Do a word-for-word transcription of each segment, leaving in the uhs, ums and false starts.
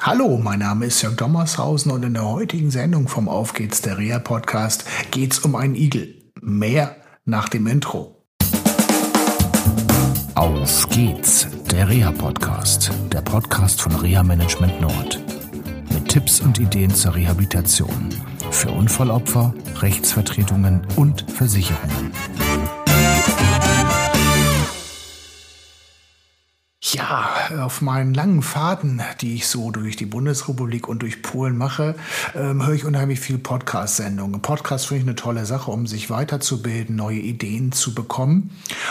Hallo, mein Name ist Jörg Dommershausen und in der heutigen Sendung vom Auf geht's, der Reha-Podcast, geht's um einen Igel. Mehr nach dem Intro. Auf geht's, der Reha-Podcast, der Podcast von Reha-Management Nord. Mit Tipps und Ideen zur Rehabilitation für Unfallopfer, Rechtsvertretungen und Versicherungen. Ja, auf meinen langen Fahrten, die ich so durch die Bundesrepublik und durch Polen mache, ähm, höre ich unheimlich viel Podcast-Sendungen. Podcast finde ich eine tolle Sache, um sich weiterzubilden, neue Ideen zu bekommen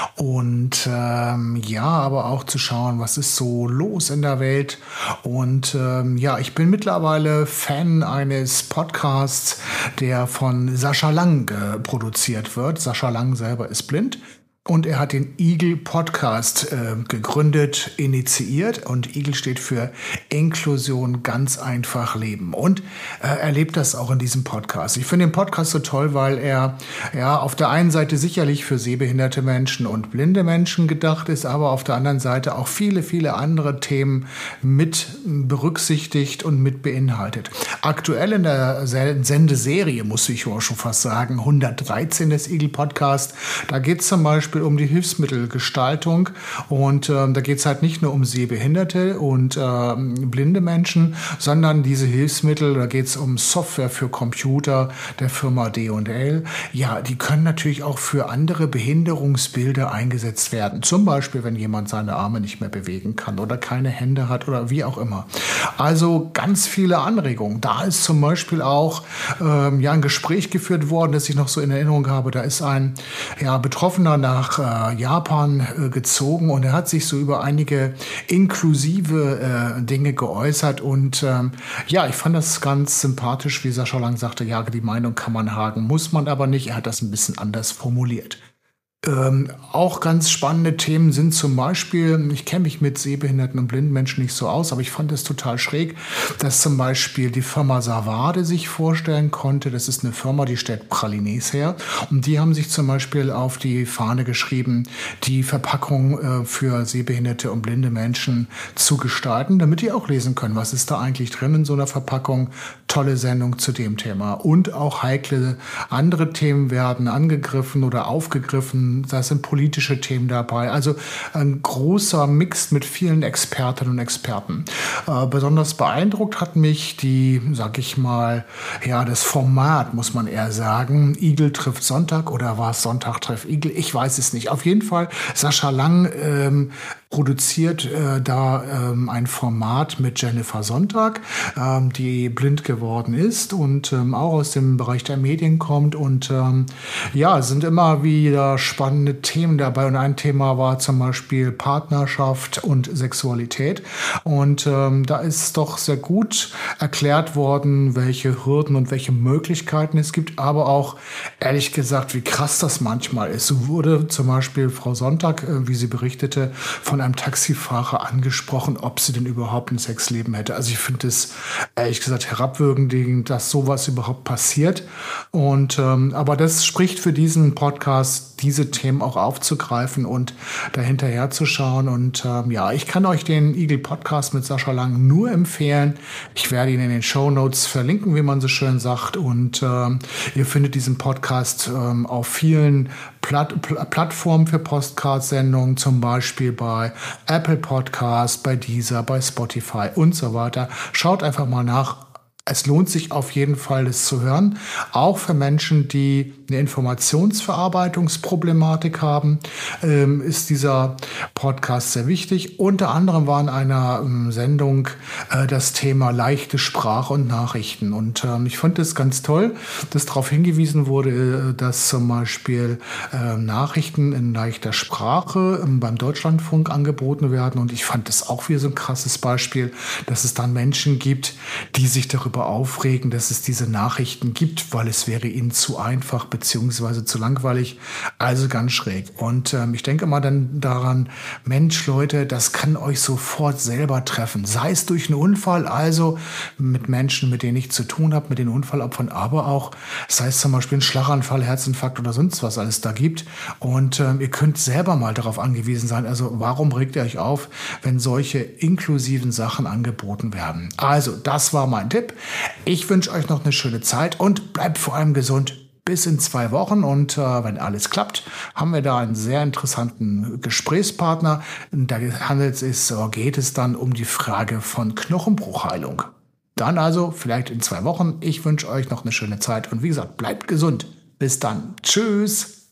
und ähm, ja, aber auch zu schauen, was ist so los in der Welt. Und ähm, ja, ich bin mittlerweile Fan eines Podcasts, der von Sascha Lang äh, produziert wird. Sascha Lang selber ist blind. Und er hat den Igel Podcast äh, gegründet, initiiert. Und Igel steht für Inklusion, ganz einfach leben. Und äh, er lebt das auch in diesem Podcast. Ich finde den Podcast so toll, weil er ja auf der einen Seite sicherlich für sehbehinderte Menschen und blinde Menschen gedacht ist, aber auf der anderen Seite auch viele, viele andere Themen mit berücksichtigt und mit beinhaltet. Aktuell in der Sendeserie, muss ich auch schon fast sagen, hundertdreizehn des Igel Podcast, da geht es zum Beispiel um die Hilfsmittelgestaltung und ähm, da geht es halt nicht nur um sehbehinderte und ähm, blinde Menschen, sondern diese Hilfsmittel, da geht es um Software für Computer der Firma D und L. Ja, die können natürlich auch für andere Behinderungsbilder eingesetzt werden. Zum Beispiel, wenn jemand seine Arme nicht mehr bewegen kann oder keine Hände hat oder wie auch immer. Also ganz viele Anregungen. Da ist zum Beispiel auch ähm, ja, ein Gespräch geführt worden, das ich noch so in Erinnerung habe. Da ist ein ja, Betroffener nach nach äh, Japan äh, gezogen und er hat sich so über einige inklusive äh, Dinge geäußert und ähm, ja, ich fand das ganz sympathisch, wie Sascha Lang sagte, ja, die Meinung kann man haken, muss man aber nicht, er hat das ein bisschen anders formuliert. Ähm, auch ganz spannende Themen sind zum Beispiel, ich kenne mich mit sehbehinderten und blinden Menschen nicht so aus, aber ich fand es total schräg, dass zum Beispiel die Firma Savade sich vorstellen konnte, das ist eine Firma, die stellt Pralines her und die haben sich zum Beispiel auf die Fahne geschrieben, die Verpackung äh, für sehbehinderte und blinde Menschen zu gestalten, damit die auch lesen können, was ist da eigentlich drin in so einer Verpackung. Tolle Sendung zu dem Thema und auch heikle andere Themen werden angegriffen oder aufgegriffen. Da sind politische Themen dabei. Also ein großer Mix mit vielen Expertinnen und Experten. Äh, besonders beeindruckt hat mich die, sag ich mal, ja, das Format, muss man eher sagen. Igel trifft Sonntag oder war es Sonntag trifft Igel? Ich weiß es nicht. Auf jeden Fall, Sascha Lang ähm, produziert äh, da ähm, ein Format mit Jennifer Sonntag, ähm, die blind geworden ist und ähm, auch aus dem Bereich der Medien kommt. Und ähm, ja, es sind immer wieder spannende Themen dabei. Und ein Thema war zum Beispiel Partnerschaft und Sexualität. Und ähm, da ist doch sehr gut erklärt worden, welche Hürden und welche Möglichkeiten es gibt. Aber auch, ehrlich gesagt, wie krass das manchmal ist. So wurde zum Beispiel Frau Sonntag, äh, wie sie berichtete, von einem Taxifahrer angesprochen, ob sie denn überhaupt ein Sexleben hätte. Also ich finde es ehrlich gesagt herabwürdigend, dass sowas überhaupt passiert. Und ähm, aber das spricht für diesen Podcast, diese Themen auch aufzugreifen und dahinterher zu schauen. Und ähm, ja, ich kann euch den Igel Podcast mit Sascha Lang nur empfehlen. Ich werde ihn in den Shownotes verlinken, wie man so schön sagt. Und ähm, ihr findet diesen Podcast ähm, auf vielen Platt, Pl- Plattformen für Podcast-Sendungen, zum Beispiel bei Apple Podcast, bei Deezer, bei Spotify und so weiter. Schaut einfach mal nach. Es lohnt sich auf jeden Fall, das zu hören. Auch für Menschen, die eine Informationsverarbeitungsproblematik haben, ähm, ist dieser Podcast sehr wichtig. Unter anderem war in einer ähm, Sendung äh, das Thema leichte Sprache und Nachrichten. Und ähm, ich fand es ganz toll, dass darauf hingewiesen wurde, äh, dass zum Beispiel äh, Nachrichten in leichter Sprache äh, beim Deutschlandfunk angeboten werden. Und ich fand das auch wieder so ein krasses Beispiel, dass es dann Menschen gibt, die sich darüber darüber aufregen, dass es diese Nachrichten gibt, weil es wäre ihnen zu einfach beziehungsweise zu langweilig. Also ganz schräg. Und ähm, ich denke mal dann daran, Mensch, Leute, das kann euch sofort selber treffen. Sei es durch einen Unfall, also mit Menschen, mit denen ich zu tun habe, mit den Unfallopfern, aber auch, sei es zum Beispiel ein Schlaganfall, Herzinfarkt oder sonst was alles da gibt. Und ähm, ihr könnt selber mal darauf angewiesen sein. Also warum regt ihr euch auf, wenn solche inklusiven Sachen angeboten werden? Also, das war mein Tipp. Ich wünsche euch noch eine schöne Zeit und bleibt vor allem gesund. Bis in zwei Wochen und äh, wenn alles klappt, haben wir da einen sehr interessanten Gesprächspartner. Da handelt es, äh, geht es dann um die Frage von Knochenbruchheilung. Dann also vielleicht in zwei Wochen. Ich wünsche euch noch eine schöne Zeit und wie gesagt, bleibt gesund. Bis dann. Tschüss.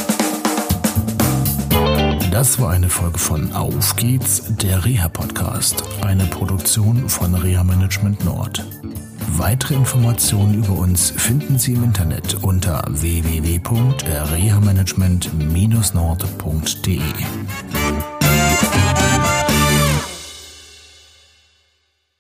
Das war eine Folge von Auf geht's, der Reha-Podcast, eine Produktion von Reha Management Nord. Weitere Informationen über uns finden Sie im Internet unter w w w punkt reha management Bindestrich nord punkt d e.